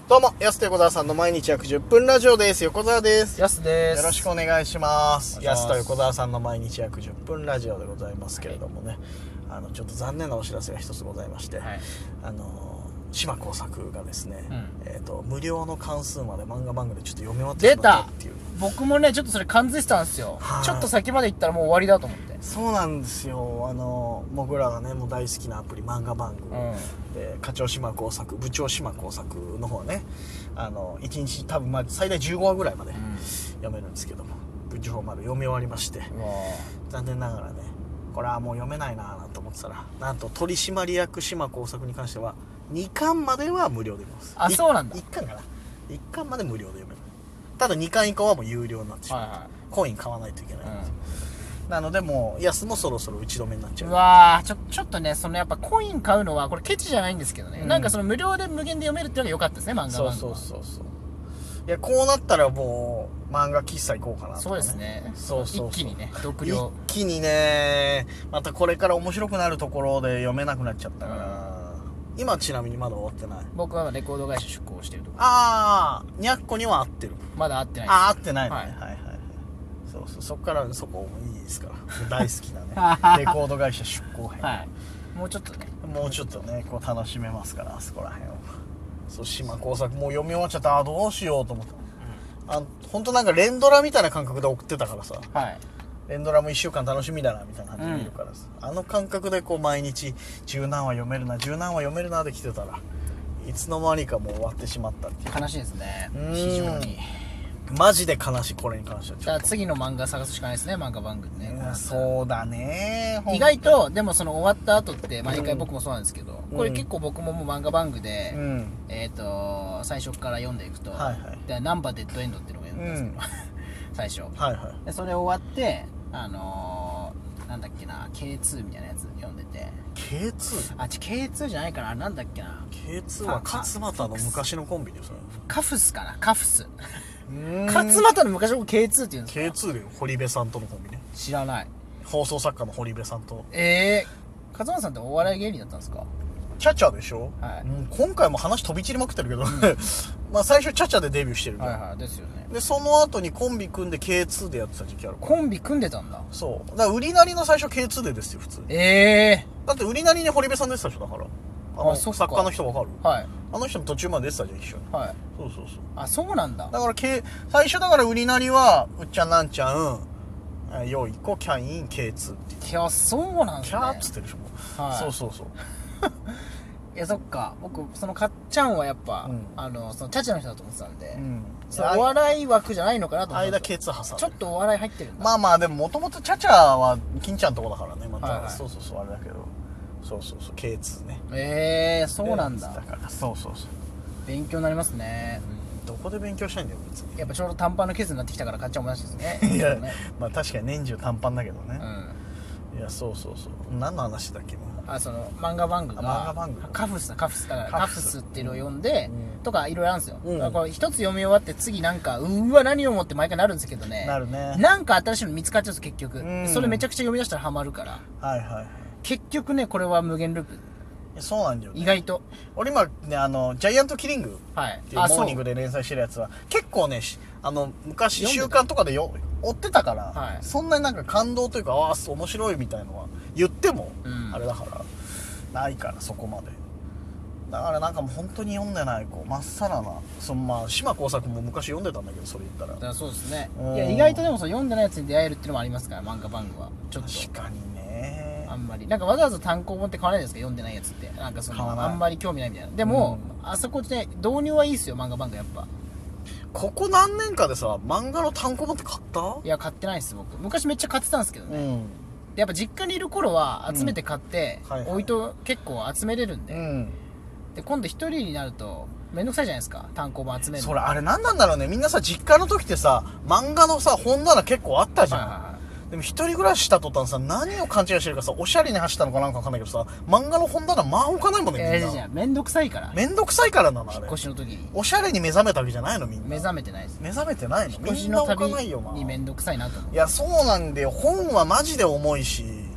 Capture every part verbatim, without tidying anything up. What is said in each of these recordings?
どうも、やすと横澤さんの毎日約じゅっぷんラジオです。横澤です。 やすです。 よろしくお願いします。やすとお願いします横澤さんの毎日約じゅっぷんラジオでございますけれどもね、はい、あのちょっと残念なお知らせが一つございまして、はい、あの島耕作がですね、うん、えーと、無料の関数まで漫画番組でちょっと読み終わってしまったっていう。 僕もねちょっとそれ感づいてたんですよ。ちょっと先まで行ったらもう終わりだと思って。 そうなんですよ。あの僕らがねもう大好きなアプリ漫画番組、うん、で課長島耕作、部長島耕作の方はね、あのいちにち多分まあ最大じゅうごわぐらいまで読めるんですけども、うん、部長まで読み終わりまして、残念ながらねこれはもう読めないなと思ってたら、なんと取締役島耕作に関してはにかんまでは無料で読めます。 あ、そうなんだ。 いっかんかないっかんまで無料で読める。ただにかん以降はもう有料になってしまう、はいはい、コイン買わないといけないんです、うん、なのでもう安もそろそろ打ち止めになっちゃう。 うわー、ちょちょっとね、そのやっぱコイン買うのはこれケチじゃないんですけどね、うん、なんかその無料で無限で読めるっていうのが良かったですね、漫画版は。 そうそうそうそう。いや、こうなったらもう漫画喫茶行こうかなとか、ね、 そうですね。 そうそうそう、 一気にね、読量一気にね、またこれから面白くなるところで読めなくなっちゃったから、うん、今ちなみにまだ終わってない。 僕はレコード会社出向してるところ。 ああ、にゃっこには合ってる。 まだ合ってないです。 ああ、合ってないね、はい、はいはいはい。そうそう、そっからそこもいいですから大好きなねレコード会社出向編、はい、 もうちょっとねもうちょっとねこう楽しめますから、あそこら辺を。そう、島耕作もう読み終わっちゃった。あ、どうしようと思った、うん、あ、本当なんか連ドラみたいな感覚で送ってたからさ、はい、連ドラもいっしゅうかん楽しみだなみたいな感じで見るからさ、うん、あの感覚でこう毎日十何話読めるな十何話読めるなで来てたら、いつの間にかもう終わってしまったっていう。 悲しいですね、非常に。 マジで悲しい、これに関しては。 じゃあ次の漫画探すしかないですね、漫画番組ね。 そうだね。 意外とでもその終わった後って毎回僕もそうなんですけど、うん、これ結構僕ももう漫画番組で、うん、えっ、ー、と最初から読んでいくと、はいはい、でナンバーデッドエンドっていうのを読んだんですけど、うん、最初、はいはい、でそれ終わってあのー、なんだっけな ケーツー みたいなやつ読んでて。 ケーツー？ あ、ち ケーツー じゃないかな、なんだっけな。 ケーツー は勝俣の昔のコンビですよ。 カフスかな、カフス。勝俣の昔の ケーツー っていうんですか。 ケーツー で堀部さんとのコンビね。 知らない。 放送作家の堀部さんと。 ええー、勝俣さんってお笑い芸人だったんですか？ チャチャでしょ、はい、もう今回も話飛び散りまくってるけど、うん、まあ最初チャチャでデビューしてるから、はいはい、ですよね。でその後にコンビ組んで ケーツー でやってた時期あるから。 コンビ組んでたんだ。 そうだから売りなりの最初 ケーツー でですよ普通。 ええー、 だって売りなりに堀部さん出てたでしょ。だからあの作家の人わかる？はい。あの人も途中まで出てたじゃん一緒に。はい。そうそうそう。 あ、そうなんだ。 だからけ最初だから売りなりはうっちゃんなんちゃん、よいこ、キャイン、ケーツー って言って。 いや、そうなんですね。 キャーっつってるでしょ。はい。そうそうそう。 いや、そっか。僕そのかっちゃんはやっぱ、うん、あのそのチャチャの人だと思ってたんで、うん、そのお笑い枠じゃないのかなと思って。間 ケーツー 挟んでちょっとお笑い入ってるんだ。 まあまあでももともとチャチャは金ちゃんとこだからねまた、はいはい、そうそうそうあれだけど。そうそうそう ケーツー ね。ええー、そうなんだ。 だからそうそうそう勉強になりますね、 うん、どこで勉強したいんだよ別に。 やっぱちょうど短パンのケースになってきたから買っちゃうもんらしいですねいや、 ね、 まあ確かに年中短パンだけどね、うん、いやそうそうそう。何の話だっけ。 あ、その漫画番組が漫画番組カフスだカフスだからカフスっていうのを読んで、うん、とかいろいろあるんですよ、うん、だからこれ一つ読み終わって次なんかうわ何を思って毎回なるんですけどね。 なるね。 なんか新しいの見つかっちゃうんです結局、うん、それめちゃくちゃ読み出したらハマるから。はいはいはい。結局ねこれは無限ループ。 そうなんだよね。 意外と俺今ねあのジャイアントキリングっていうモーニングで連載してるやつは結構ねあの昔週刊とかでよ追ってたから、はい、そんなになんか感動というかああ面白いみたいのは言っても、うん、あれだからないからそこまで。だからなんかもう本当に読んでないこうまっさらなそのまあ島耕作も昔読んでたんだけどそれ言ったら。だからそうですね。いや意外とでもそう読んでないやつに出会えるっていうのもありますから漫画番組はちょっと。 確かにね。あんまりなんかわざわざ単行本って買わないですか読んでないやつってなんかそのあんまり興味ないみたいな。でも、うん、あそこで、ね、導入はいいですよ漫画番組やっぱ。 ここ何年かでさ漫画の単行本って買った？ いや買ってないです僕。昔めっちゃ買ってたんですけどね、うん、でやっぱ実家にいる頃は集めて買って、うんはいはい、置いと結構集めれるんで、うん、で今度一人になるとめんどくさいじゃないですか単行本集めるの。 それあれ何なんだろうね。みんなさ実家の時ってさ漫画のさ本棚結構あったじゃん、はいはいはい。でも一人暮らしした途端さ何を勘違いしてるかさおしゃれに走ったのかなんかわかんないけどさ漫画の本棚まあ置かないもんねみんな。 いやいやめんどくさいから。 めんどくさいからなのあれ。 引っ越しの時におしゃれに目覚めたわけじゃないのみんな。 目覚めてないです。 目覚めてないの。 引っ越しの旅にめんどくさいなと思う。 いやそうなんだよ。本はマジで重いし、うん、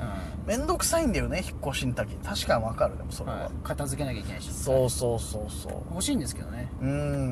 面倒くさいんだよね引っ越しの時。確かに分かる。でもそれは、はい、 片付けなきゃいけないし。 そうそうそうそう。 欲しいんですけどね。 うん。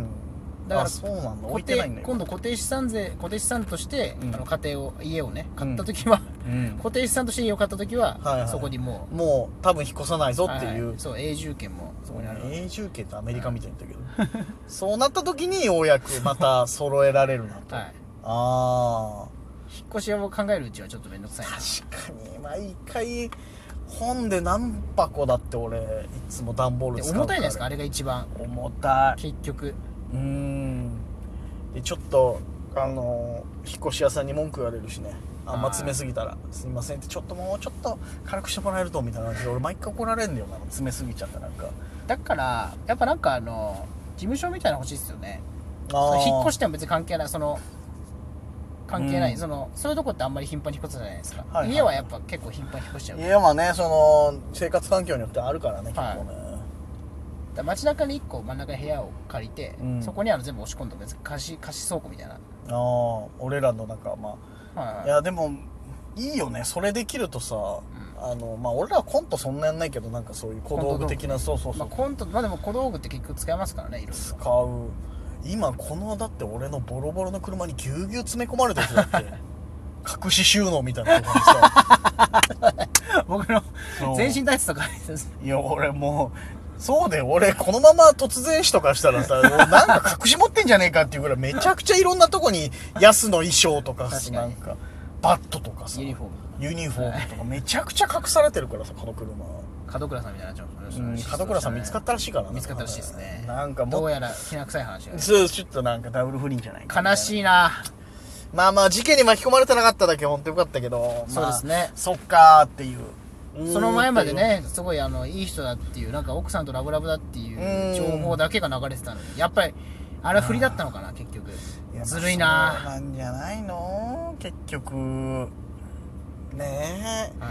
だからそうなんだ。置いてないんだよ。 今度固定資産税固定資産として、うん、あの家庭を家をね買った時は、うん、固定資産として家を買った時は、はいはい、そこにもうもう多分引っ越さないぞっていう、 はい、そう永住権もそこにある。 永住権ってアメリカみたいんだけど、はい、そうなった時にようやくまた揃えられるなと。はい、ああ。 引っ越しを考えるうちはちょっと面倒くさいな。 確かに毎回本で何箱だって俺いつも段ボール使うから。 重たいじゃないですかあれが一番。 重たい結局。 うーんでちょっとあの引っ越し屋さんに文句言われるしね。あんま詰めすぎたらすいませんってちょっともうちょっと軽くしてもらえるとみたいな感じで俺毎回怒られんだよな詰めすぎちゃった。なんかだからやっぱなんかあの事務所みたいなの欲しいですよね。引っ越しても別に関係ないその関係ない、うん、そのそういうとこってあんまり頻繁に引っ越すじゃないですか、はいはい、家はやっぱ結構頻繁に引っ越しちゃう。 家はねその生活環境によってあるからね結構ね、 はい、だ街中にいっこ真ん中に部屋を借りて、うん、そこにあの全部押し込んだ別に貸し貸し倉庫みたいな。ああ俺らのなんかまあ、はいはい、いやでもいいよねそれできるとさ、うん、あのまあ俺らはコントそんなやんないけどなんかそういう小道具的なそうそうそう、まあ、 コントまあでも小道具って結局使えますからねいろいろ使う。今このだって俺のボロボロの車にぎゅうぎゅう詰め込まれてるだって隠し収納みたいなとこにさ僕の全身タイツとかいや俺もうそうで俺このまま突然死とかしたらさなんか隠し持ってんじゃねえかっていうぐらいめちゃくちゃいろんなとこにヤスの衣装とかなんかバットとかさユニフォームユニフォームとかめちゃくちゃ隠されてるからさこの車。 門倉さんみたいになっちゃうんですよね。 門倉さん見つかったらしいからな。 見つかったらしいですね。 なんかもどうやらきな臭い話が。 そうちょっとなんかダブル不倫じゃないか。 悲しいな。 まあまあ事件に巻き込まれてなかっただけ本当よかったけど。 そうですね。まあ、 そっかーっていう。 その前までねすごいあのいい人だっていうなんか奥さんとラブラブだっていう情報だけが流れてたのにやっぱりあれは振りだったのかな結局。ずるいな。 そうなんじゃないの結局。ねえ、はい、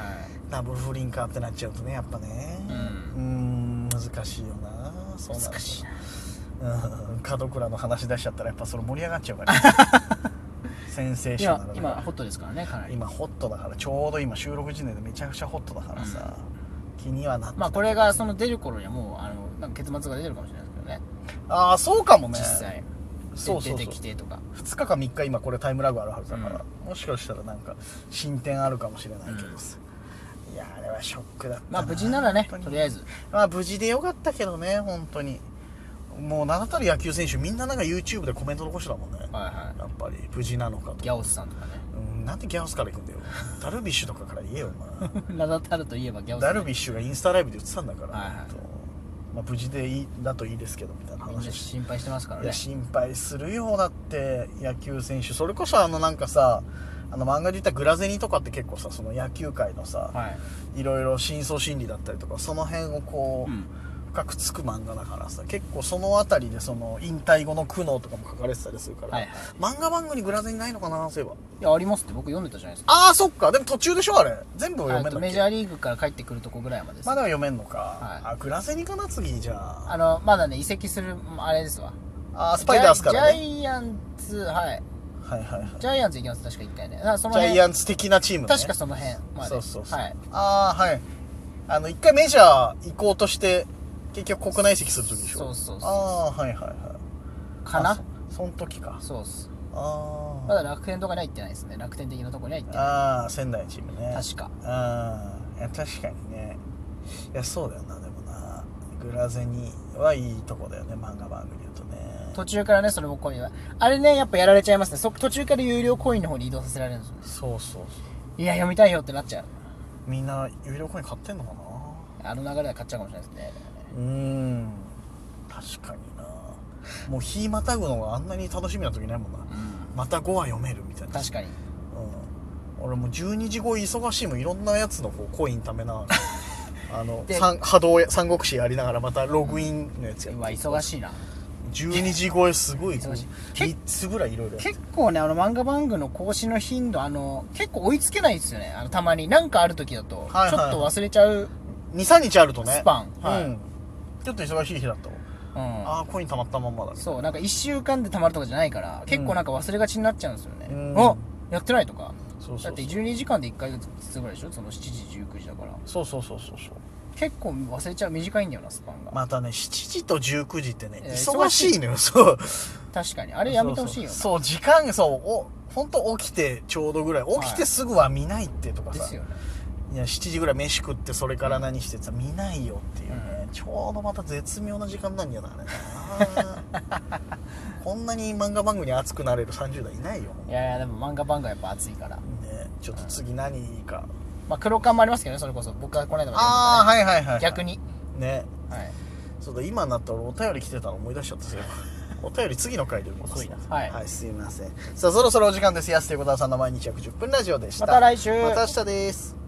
ダブル不倫かってなっちゃうとねやっぱねうん、うーん難しいよな。そう難しいな。うん門倉の話出しちゃったらやっぱそれ盛り上がっちゃうから、ね、センセーショナル今今ホットですからねかなり。 今ホットだからちょうど今収録時点でめちゃくちゃホットだからさ、うん、気にはなってた。 まあこれがその出る頃にはもうあのなんか結末が出てるかもしれないですけどね。 ああそうかもね実際そうそうそう出てきてとかふつかかみっか今これタイムラグあるはずだから、うん、もしかしたらなんか進展あるかもしれないけどさ、うん、いやあれはショックだったな。 まあ無事ならねとりあえずまあ無事でよかったけどね本当にもう名だたる野球選手みんななんか YouTube でコメント残してたもんね、はいはい、やっぱり無事なのかと。 ギャオスさんとかね、 うん、なんでギャオスから行くんだよダルビッシュとかから言えよお前名だたるといえばギャオス、 ね、ダルビッシュがインスタライブで言ってたんだから、はいはいまあ、無事でいいだといいですけどみたいな話。 心配してますからね。いや心配するよ。だって野球選手それこそあのなんかさあの漫画で言ったグラゼニとかって結構さその野球界のさ、はい、いろいろ深層心理だったりとかその辺をこう、うん、深くつく漫画だからさ結構そのあたりでその引退後の苦悩とかも書かれてたりするから、はいはい、漫画番組にグラゼニないのかなそういえば。 いやありますって僕読んでたじゃないですか。 ああそっかでも途中でしょあれ全部読めんだっけ。 メジャーリーグから帰ってくるとこぐらいまでです。 まだ読めんのか、はい、あグラゼニかな次じゃあ。 あのまだね移籍するあれですわ。 あスパイダースからね。 ジャイアンツはいはいはいはいジャイアンツ行きます確かいっかいね。そのジャイアンツ的なチームね。 確かその辺までそうそうそう、 はい、 ああはいあの一回メジャー行こうとして結局国内移籍する時でしょ。 そうそうそうああはいはいはいかなそ, その時か。 そうっす。 ああまだ楽天とかには行ってないですね。楽天的なところには行ってない。 ああ仙台のチームね確か。 ああいや確かにね。いやそうだよなでもなグラゼニはいいとこだよね漫画番組で言うとね。 途中からねそれもコインはあれねやっぱやられちゃいますね。そ途中から有料コインの方に移動させられるんですよね。 そうそうそういや読みたいよってなっちゃう。 みんな有料コイン買ってんのかな。 あの流れで買っちゃうかもしれないですね。 うーん確かにな。もう日またぐのがあんなに楽しみな時ないもんな、うん、またごわ読めるみたいな。 確かに、 うん、俺もうじゅうにじご忙しいもんいろんなやつのこうコインためなあの波動三国志やりながらまたログインのやつやって、 うん、忙しいな。 じゅうにじ超えすごいみっつぐらいいろいろ結構ねあの漫画番組の更新の頻度あの結構追いつけないんですよね。あのたまになんかある時だと、はいはい、ちょっと忘れちゃうにさんにちあるとねスパン、はいうん、ちょっと忙しい日だったわ、うん、ああコイン溜まったまんまだ。 そうなんかいっしゅうかんで溜まるとかじゃないから結構なんか忘れがちになっちゃうんですよね、うん、あやってないとかそうそうそう、 だってじゅうにじかんでいっかいずつぐらいでしょ、そのしちじじゅうくじだから。 そうそうそうそうそう、 結構忘れちゃう、短いんだよなスパンが。 またねしちじとじゅうくじってね、 えー忙しいのよ。そう確かにあれやめてほしいよな。 そうそうそう、時間そうお本当起きてちょうどぐらい、起きてすぐは見ないってとかさ、 ですよね。 いやしちじぐらい飯食ってそれから何してさ、見ないよっていうね、 うん、 ちょうどまた絶妙な時間なんじゃないかなこんなに漫画番組に熱くなれるさんじゅう代いないよ。 いやいやでも漫画番組はやっぱ熱いからね。 ちょっと次何か、うん、 まあ黒缶もありますけどね、それこそ僕はこの間まで、ね、 ああはいはいはい、はい、 逆にね、 はい、 そうだ、今になったらお便り来てたの思い出しちゃったんですよお便り次の回で読みます。 はい、 はい、すいません。さあそろそろお時間です。やすということはさんの毎日約じゅっぷんラジオでした。 また来週。 また明日です。